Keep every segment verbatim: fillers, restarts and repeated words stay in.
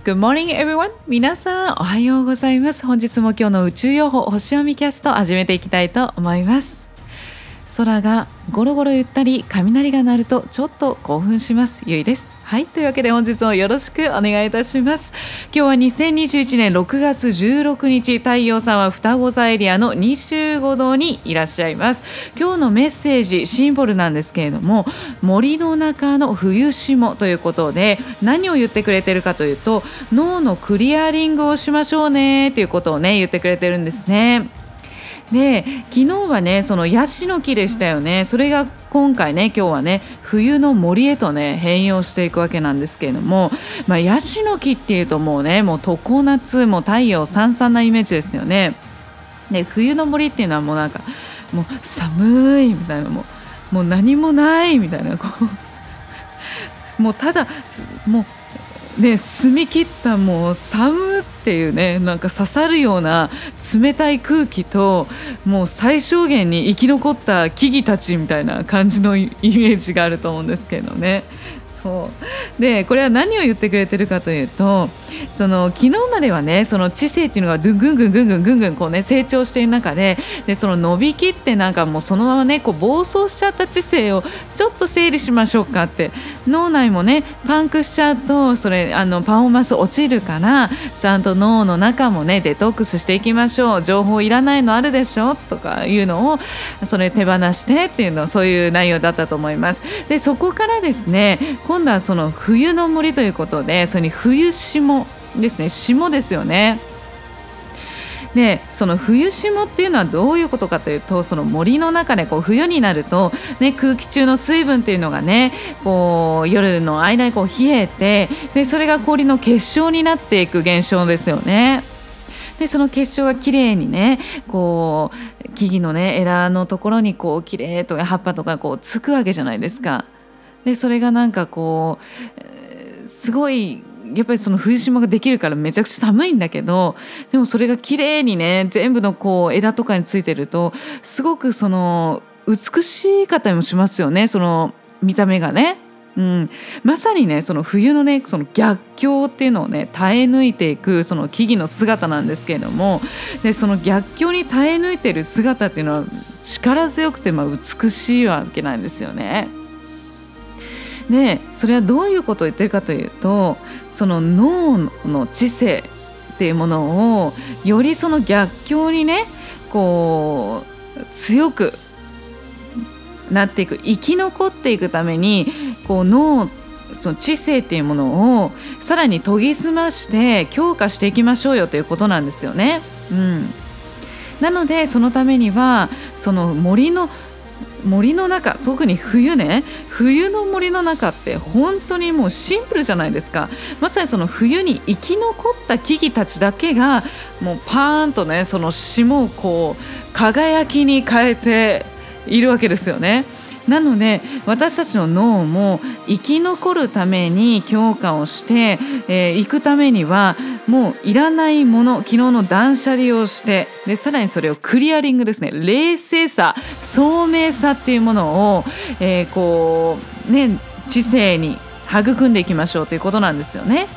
Good morning everyone! 皆さんおはようございます。本日も今日の宇宙予報星読みキャスト始めていきたいと思います。空がゴロゴロ言ったり雷が鳴るとちょっと興奮します。ゆいです。はい、というわけで本日もよろしくお願いいたします。今日はにせんにじゅういちねんろくがつじゅうろくにち、太陽さんは双子座エリアのにじゅうごどにいらっしゃいます。今日のメッセージシンボルなんですけれども、森の中の冬霜ということで、何を言ってくれてるかというと、脳のクリアリングをしましょうねということをね言ってくれてるんですね。で、昨日はねそのヤシの木でしたよね。それが今回ね今日はね冬の森へとね変容していくわけなんですけれども、まあ、ヤシの木っていうともうねもう常夏もう太陽さんさんなイメージですよね。で、冬の森っていうのはもうなんかもう寒いみたいな、もう、もう何もないみたいな、こうもうただもうね、澄み切ったもう寒っていうね、なんか刺さるような冷たい空気と、もう最小限に生き残った木々たちみたいな感じのイメージがあると思うんですけどね。そうで、これは何を言ってくれてるかというと、その昨日まではねその知性っていうのがぐんぐんぐんぐんぐんぐんぐんこうね成長している中で、でその伸びきってなんかもうそのままねこう暴走しちゃった知性をちょっと整理しましょうかって、脳内もねパンクしちゃうとそれあのパフォーマンス落ちるから、ちゃんと脳の中もねデトックスしていきましょう、情報いらないのあるでしょとかいうのをそれ手放してっていうの、そういう内容だったと思います。でそこからですね、今度はその冬の森ということで、それに冬霜ですね、霜ですよね。でその冬霜っていうのはどういうことかというと、その森の中でこう冬になると、ね、空気中の水分っていうのがねこう夜の間にこう冷えて、でそれが氷の結晶になっていく現象ですよね。でその結晶がきれいにねこう木々のね枝のところにこうきれいとか葉っぱとかこうつくわけじゃないですか。でそれがなんかこうすごいやっぱりその冬霜ができるからめちゃくちゃ寒いんだけど、でもそれが綺麗にね全部のこう枝とかについてると、すごくその美しい方もしますよね、その見た目がね。うん、まさにねその冬のねその逆境っていうのをね耐え抜いていくその木々の姿なんですけれども、でその逆境に耐え抜いている姿っていうのは力強くてまあ美しいわけなんですよね。でそれはどういうことを言ってるかというと、その脳の知性っていうものをよりその逆境にねこう強くなっていく、生き残っていくためにこう脳その知性っていうものをさらに研ぎ澄まして強化していきましょうよということなんですよね。うん、なのでそのためにはその森の森の中、特に冬ね、冬の森の中って本当にもうシンプルじゃないですか。まさにその冬に生き残った木々たちだけがもうパーンとねその霜をこう輝きに変えているわけですよね。なので私たちの脳も生き残るために強化をしてい、えー、くためにはもういらないもの、昨日の断捨離をして、でさらにそれをクリアリングですね、冷静さ、聡明さっていうものを、えー、こうね知性に育んでいきましょうということなんですよね。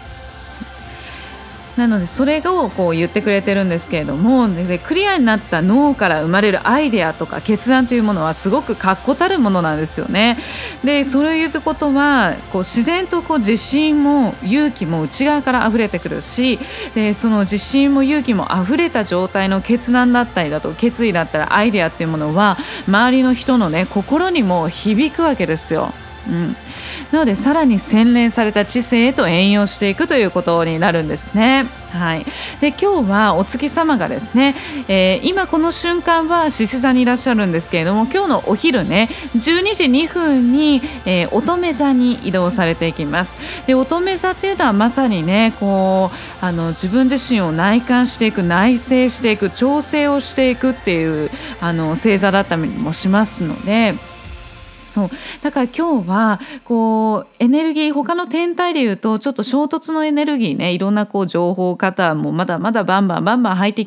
なのでそれをこう言ってくれてるんですけれども、でクリアになった脳から生まれるアイデアとか決断というものはすごく確固たるものなんですよね。でそういうことはこう自然とこう自信も勇気も内側から溢れてくるし、でその自信も勇気も溢れた状態の決断だったりだと決意だったりアイデアっていうものは周りの人のね心にも響くわけですよ。うん、なのでさらに洗練された知性へと変容していくということになるんですね。はい、で今日はお月様がですね、えー、今この瞬間は獅子座にいらっしゃるんですけれども、今日のお昼ねじゅうにじにふんに、えー、乙女座に移動されていきます。で乙女座というのはまさにねこうあの自分自身を内観していく、内省していく、調整をしていくっていうあの星座だったりもしますので、そうだから今日はこうエネルギー、他の天体でいうとちょっと衝突のエネルギーね、いろんなこう情報方もまだまだバンバンバンバン入ってき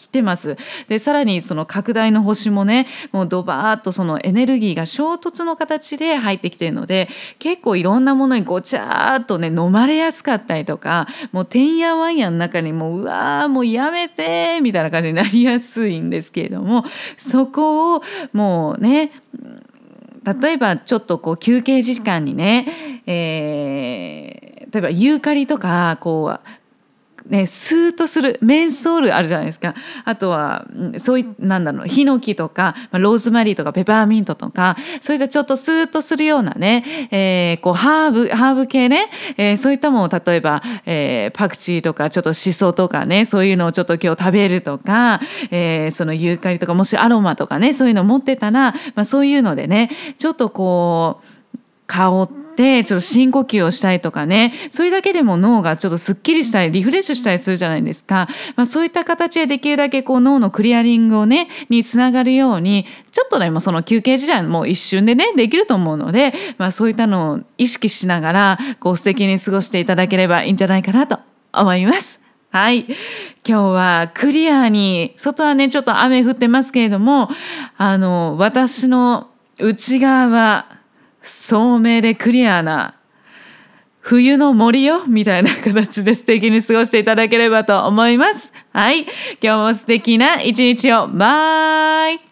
きてます。でさらにその拡大の星もねもうドバーッとそのエネルギーが衝突の形で入ってきているので、結構いろんなものにごちゃーっとね飲まれやすかったりとか、もうてんやわんやの中にもううわーもうやめてみたいな感じになりやすいんですけれども、そこをもうね例えばちょっとこう休憩時間にね、えー、例えばユーカリとかこうね、スーッとするメンソールあるじゃないですか。あとはそういなんだろうヒノキとかローズマリーとかペパーミントとか、そういったちょっとスーッとするようなね、えー、こうハーブハーブ系ね、えー、そういったものを例えば、えー、パクチーとかちょっとシソとかね、そういうのをちょっと今日食べるとか、えー、そのユーカリとかもしアロマとかねそういうの持ってたら、まあ、そういうのでねちょっとこう香ってでちょっと深呼吸をしたりとかね、それだけでも脳がちょっとすっきりしたりリフレッシュしたりするじゃないですか。まあ、そういった形でできるだけこう脳のクリアリングをねにつながるようにちょっとねもうその休憩時間もう一瞬でねできると思うので、まあ、そういったのを意識しながらこう素敵に過ごしていただければいいんじゃないかなと思います。はい、今日はクリアに、外はねちょっと雨降ってますけれども、あの私の内側は聡明でクリアな冬の森よみたいな形で素敵に過ごしていただければと思います。はい、今日も素敵な一日を。バイ。